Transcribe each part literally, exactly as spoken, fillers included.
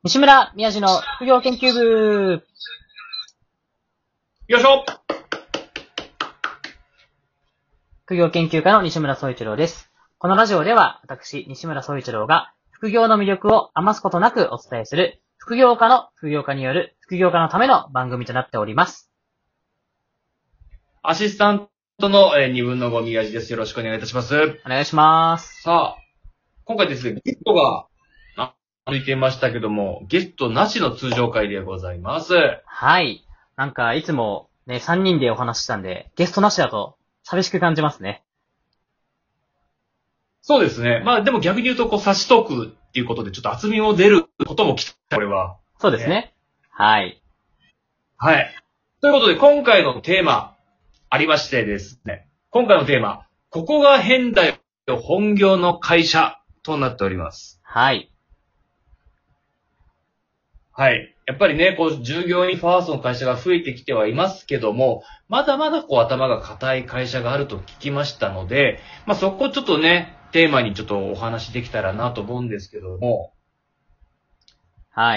西村宮治の副業研究部。 よいしょ。 副業研究家の西村総一郎です。このラジオでは私、西村総一郎が副業の魅力を余すことなくお伝えする副業家の副業家による副業家のための番組となっております。 アシスタントのにぶんのご宮治です。よろしくお願いいたします。 お願いします。 さあ、今回ですね、ゲストが続いていましたけども、ゲストなしの通常会でございます。 はい。なんかいつもね、さんにんでお話ししたんで、ゲストなしだと寂しく感じますね。 そうですね。まあでも逆に言うと、こう、差しトークっていうことで、ちょっと厚みも出ることも来た、これは。 そうですね。ねはい。 はい。ということで、今回のテーマ、ありましてですね。今回のテーマ、ここが変だよ、本業の会社となっております。 はい。 はい。やっぱりね、こう、従業員ファーストの会社が増えてきてはいますけども、まだまだこう、頭が固い会社があると聞きましたので、まあ、そこをちょっとね、テーマにちょっとお話できたらなと思うんですけども、 はい。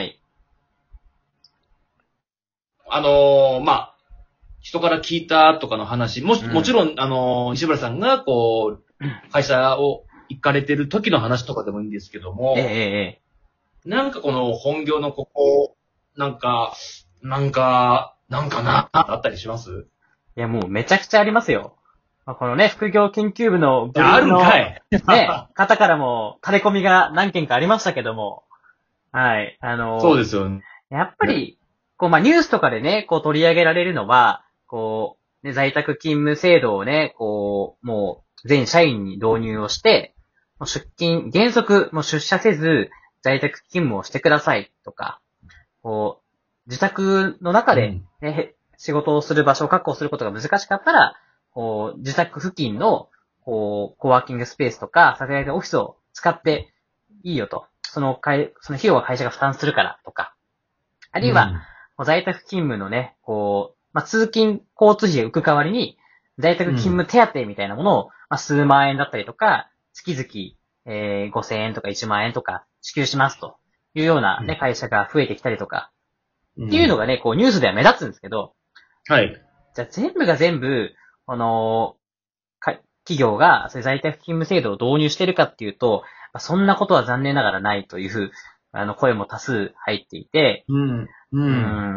あのー、まあ、人から聞いたとかの話、もし、 うんもちろん、あのー、西村さんがこう、会社を行かれてる時の話とかでもいいんですけども、 ええええ。 なんかこの本業のここ、なんか、なんか、なんかな、あったりします？ いや、もうめちゃくちゃありますよ。まあ、このね、副業研究部のグルあープのるんかい。 ね、方からも垂れ込みが何件かありましたけども、はい。あのー、 そうですよね。 やっぱり、こう、まあ、ニュースとかでね、こう取り上げられるのは、こう、ね、在宅勤務制度をね、こう、もう全社員に導入をして、もう出勤、原則、もう出社せず、在宅勤務をしてくださいとか、こう、自宅の中でね、うん、仕事をする場所を確保することが難しかったら、こう、自宅付近の、こう、コワーキングスペースとか、サテライトオフィスを使っていいよと。その会、その費用は会社が負担するからとか。あるいは、うん、在宅勤務のね、こう、まあ、通勤交通費が浮く代わりに、在宅勤務手当みたいなものを、まあ、数万円だったりとか、月々、えー、ごせんえんとかいちまん円とか支給しますというようなね、会社が増えてきたりとか、うん、っていうのがね、こうニュースでは目立つんですけど、 はい。 じゃあ全部が全部、あのー、企業がそういう在宅勤務制度を導入しているかっていうと、そんなことは残念ながらないというあの声も多数入っていて、 うん。うん。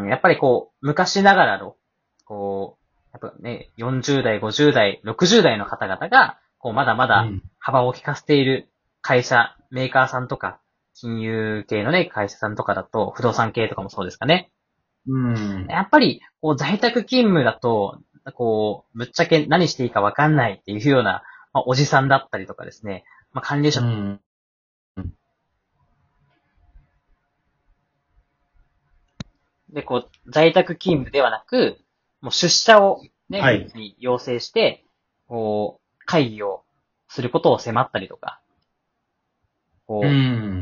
うん、やっぱりこう、昔ながらの、こう、やっぱね、よんじゅう代、ごじゅう代、ろくじゅう代の方々が、こう、まだまだ幅を利かせている会社、メーカーさんとか、金融系のね、会社さんとかだと、不動産系とかもそうですかね。 うん。 やっぱり、こう、在宅勤務だと、こう、ぶっちゃけ何していいかわかんないっていうような、まあ、おじさんだったりとかですね、まあ、管理職、うんで、こう、在宅勤務ではなく、もう出社をね、 はい、 に要請して、こう、会議をすることを迫ったりとか、こう、うん、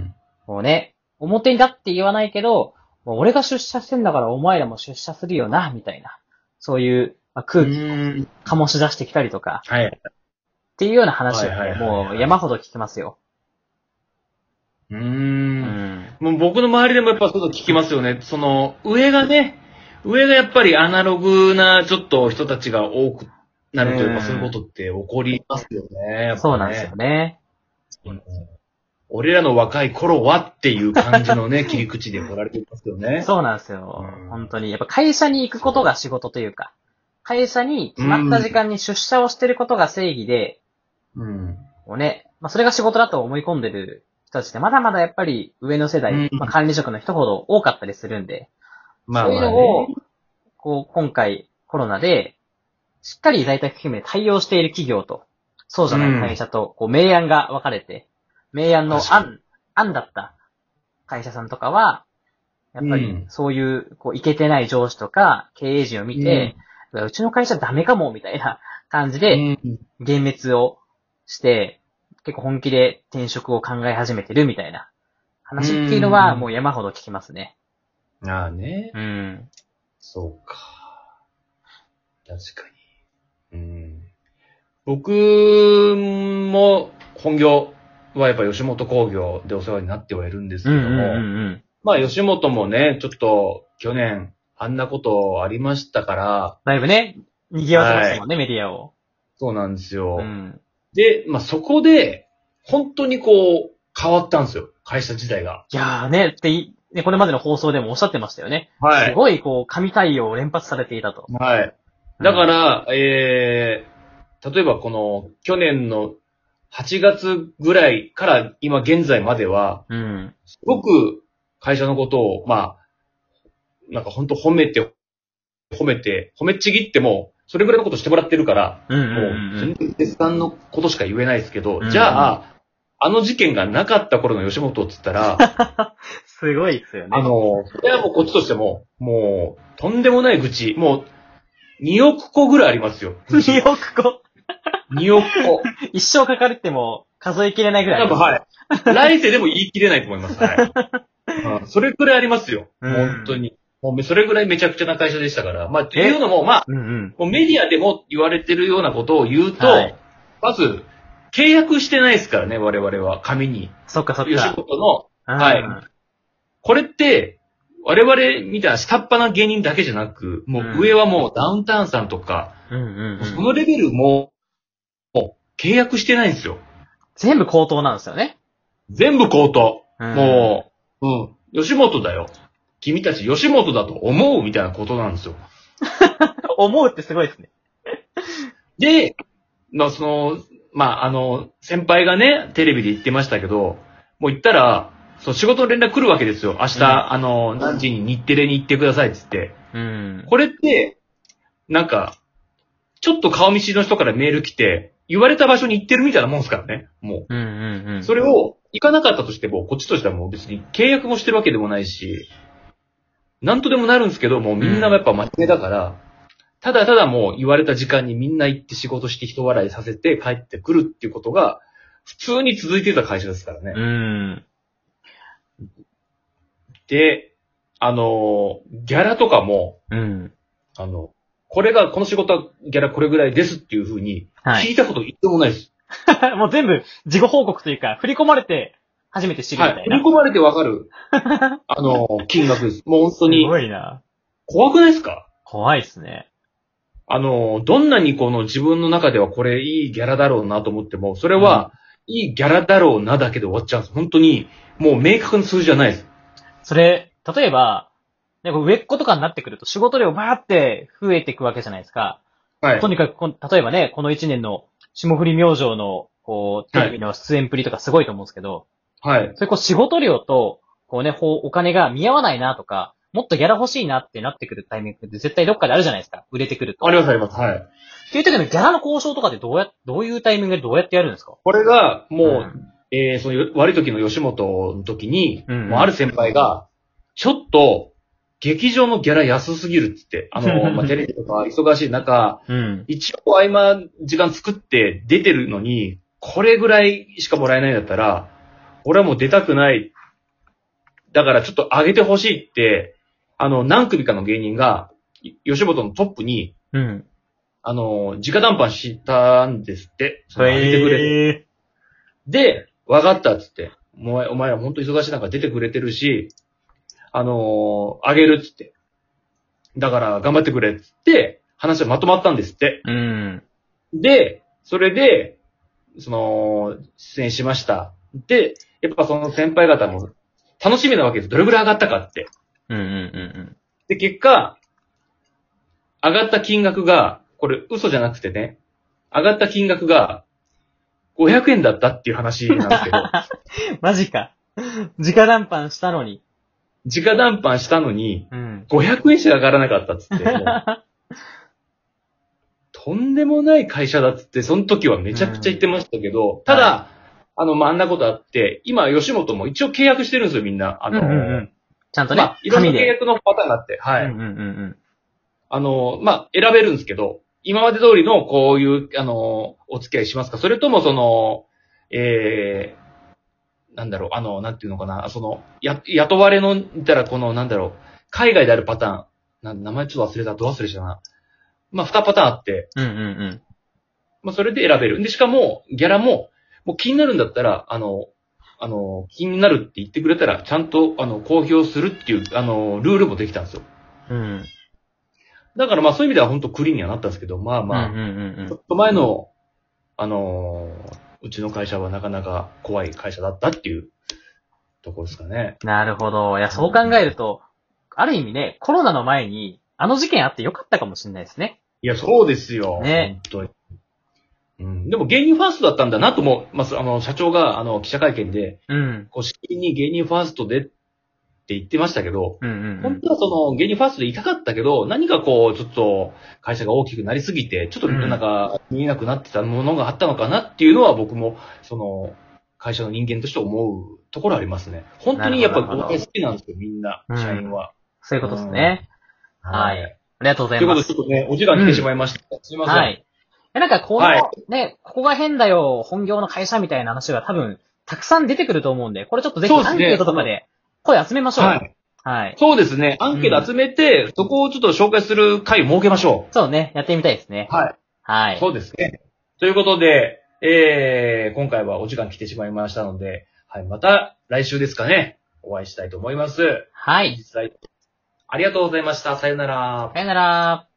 こうね、表にだって言わないけど、もう俺が出社してんだからお前らも出社するよな、みたいな、そういう、まあ、空気を醸し出してきたりとか、 はい。 っていうような話をね、もう山ほど聞きますよ。 うーん。うん、もう僕の周りでもやっぱそういうの聞きますよね。その、上がね、上がやっぱりアナログなちょっと人たちが多くなるというか、そういうことって起こりますよね。やっぱねそうなんですよね。 うん、俺らの若い頃はっていう感じのね、切り口で来られてますよね。 そうなんですよ、うん。本当に。やっぱ会社に行くことが仕事というか、会社に決まった時間に出社をしてることが正義で、うん。もうね、まあそれが仕事だと思い込んでる人たちってまだまだやっぱり上の世代、うん、まあ管理職の人ほど多かったりするんで、まあまあね、そういうのを、こう今回コロナで、しっかり在宅勤務で対応している企業と、そうじゃない会社と、こう明暗が分かれて、明暗の案、案だった会社さんとかは、やっぱりそういう、こう、いけてない上司とか経営陣を見て、うん、うちの会社ダメかも、みたいな感じで、幻滅をして、結構本気で転職を考え始めてるみたいな話っていうのはもう山ほど聞きますね。 ああね。 うん。 そうか。確かに。うん。僕も本業はやっぱ吉本興業でお世話になってはいるんですけども、うんうんうんうん、 まあ、吉本もね、ちょっと、去年、あんなことありましたから。 だいぶね、賑わせましたもんね、はい、メディアを。 そうなんですよ。 うん、 で、まあ、そこで、本当にこう、変わったんですよ。会社自体が。 いやーね、ってね、これまでの放送でもおっしゃってましたよね。はい。すごい、こう、神対応を連発されていたと。 はい。だから、うん、えー、例えばこの、去年のはちがつぐらいから今現在までは、うん。すごく会社のことを、まあ、なんか本当褒めて、褒めて、褒めちぎっても、それぐらいのことしてもらってるから、うんうんうんうん、もう、全然絶賛のことしか言えないですけど、うんうん、じゃあ、あの事件がなかった頃の吉本って言ったら、 すごいですよね。 あの、それはもうこっちとしても、もう、とんでもない愚痴、もう、におくこぐらいありますよ。 におくこにおくこ。 一生かかるっても数えきれないぐらい。 多分はい。来世でも言い切れないと思います。はい。うん、それくらいありますよ。うん、本当に。もうそれぐらいめちゃくちゃな会社でしたから。まあ、っていうのも、まあ、うんうん、もうメディアでも言われてるようなことを言うと、はい、まず、契約してないですからね、我々は、紙に。 そっかそっか。 吉本の、はい。これって、我々みたいな下っ端な芸人だけじゃなく、もう上はもうダウンタウンさんとか、うんうんうん、そのレベルも、もう契約してないんですよ。 全部口頭なんですよね。 全部口頭。うん、もう、うん。吉本だよ。君たち吉本だと思うみたいなことなんですよ。 思うってすごいですね。 で、まあその、まああの、先輩がね、テレビで言ってましたけど、もう言ったら、そう、仕事の連絡来るわけですよ。明日、うん、あの、何時に日テレに行ってくださいって言って。うん。これって、なんか、ちょっと顔見知りの人からメール来て、言われた場所に行ってるみたいなもんですからね。もう。うんうんうん。それを、行かなかったとしても、こっちとしてはもう別に契約もしてるわけでもないし、なんとでもなるんですけど、もうみんながやっぱ真面目だから、うん、ただただもう言われた時間にみんな行って仕事して人笑いさせて帰ってくるっていうことが、普通に続いてた会社ですからね。うん。で、あの、ギャラとかも、うん、あの、これが、この仕事はギャラこれぐらいですっていう風に、聞いたこと一度もないです。 はい、もう全部、自己報告というか、振り込まれて、初めて知るみたいな。はい、 振り込まれてわかる、あの、金額です。もう本当に。 すごいな。 怖くないですか？ 怖いですね。 あの、どんなにこの自分の中ではこれいいギャラだろうなと思っても、それは、いいギャラだろうなだけで終わっちゃうんです。本当に、もう明確な数字じゃないです。 それ、例えば、ね、上っ子とかになってくると仕事量バーって増えていくわけじゃないですか。はい。とにかくこ、例えばね、この一年の霜降り明星の、こう、テレビの出演っぷりとかすごいと思うんですけど、はい。それこう仕事量と、こうね、お金が見合わないなとか、もっとギャラ欲しいなってなってくるタイミングって絶対どっかであるじゃないですか。売れてくると。 ありますあります。はい。 っていう時のギャラの交渉とかってどうや、どういうタイミングでどうやってやるんですか？ これが、もう、うん、えー、その悪い時の吉本の時に、うんうん、もうある先輩が、ちょっと、劇場のギャラ安すぎるって言って、あの、まあ、テレビとか忙しい中、うん、一応合間時間作って出てるのに、これぐらいしかもらえないんだったら、俺はもう出たくない。だからちょっと上げてほしいって、あの、何組かの芸人が、吉本のトップに、うん、あの、直談判したんですって。それ上げてくれて。で、分かったっつって。お前、お前ら本当忙しい中出てくれてるし、あのー、あげるっつって。だから頑張ってくれっつって、話はまとまったんですって。うん。で、それで、その、出演しました。で、やっぱその先輩方も楽しみなわけです。どれぐらい上がったかって。うんうんうんうん。で、結果、上がった金額が、これ嘘じゃなくてね、上がった金額がごひゃくえんだったっていう話なんですけど。 マジか。直談判したのに。 直談判したのに、うん、ごひゃくえんしか上がらなかったっつって。とんでもない会社だっつって、その時はめちゃくちゃ言ってましたけど、うん、ただ、はい、あの、まあ、あんなことあって、今、吉本も一応契約してるんですよ、みんな。あの、うんうんうん、 ちゃんとね。 まあ、いろんな契約のパターンがあって、はい。うんうんうんうん、あの、まあ、選べるんですけど、今まで通りのこういう、あの、お付き合いしますか？それともその、えー、なんだろう、あの、なんていうのかな、その、や、雇われの、言ったらこの、なんだろう、海外であるパターン、な名前ちょっと忘れた、ど忘れしたな。まあ、二パターンあって、うんうんうん。まあ、それで選べる。で、しかも、ギャラも、もう気になるんだったら、あの、 あの、気になるって言ってくれたら、ちゃんと、あの、公表するっていう、あの、ルールもできたんですよ。 うん。 だからまあそういう意味では本当クリーンにはなったんですけど、まあまあ、 うんうんうんうん。 ちょっと前の、あのーうちの会社はなかなか怖い会社だったっていうところですかね。 なるほど。いや、そう考えると、ある意味ね、コロナの前に、あの事件あってよかったかもしれないですね。 いや、そうですよ。 ね。 本当に。うん。でも芸人ファーストだったんだなとも、まあ、あの、社長が、あの、記者会見で、 うん。 こう、しきりに芸人ファーストでって言ってましたけど、 うんうんうん。 本当はその、芸人ファーストでいたかったけど、何かこう、ちょっと、会社が大きくなりすぎて、ちょっとなんか、見えなくなってたものがあったのかなっていうのは僕も、その、会社の人間として思うところありますね。本当にやっぱなるほどお笑い好きなんですよ、みんな、 うん社員は。 そういうことですね。ははいい。ありがとうござということで、 います。 ちょっとね、お時間来てしまいました。すいません。 はい。え、なんかこの、 はいね、ここが変だよ、本業の会社みたいな話が多分、たくさん出てくると思うんで、これちょっとぜひそうですねアンケートとかで声集めましょう。 はい。 はい。 そうですね。アンケート集めて、そこをちょっと紹介する回を設けましょそうね、やってみたいですね。 う。はい。 はい。 そうですね。ということで、えー、今回はお時間来てしまいましたので、はい、また来週ですかね、お会いしたいと思います。 はい。 実際、ありがとうございました。さよなら。 さよなら。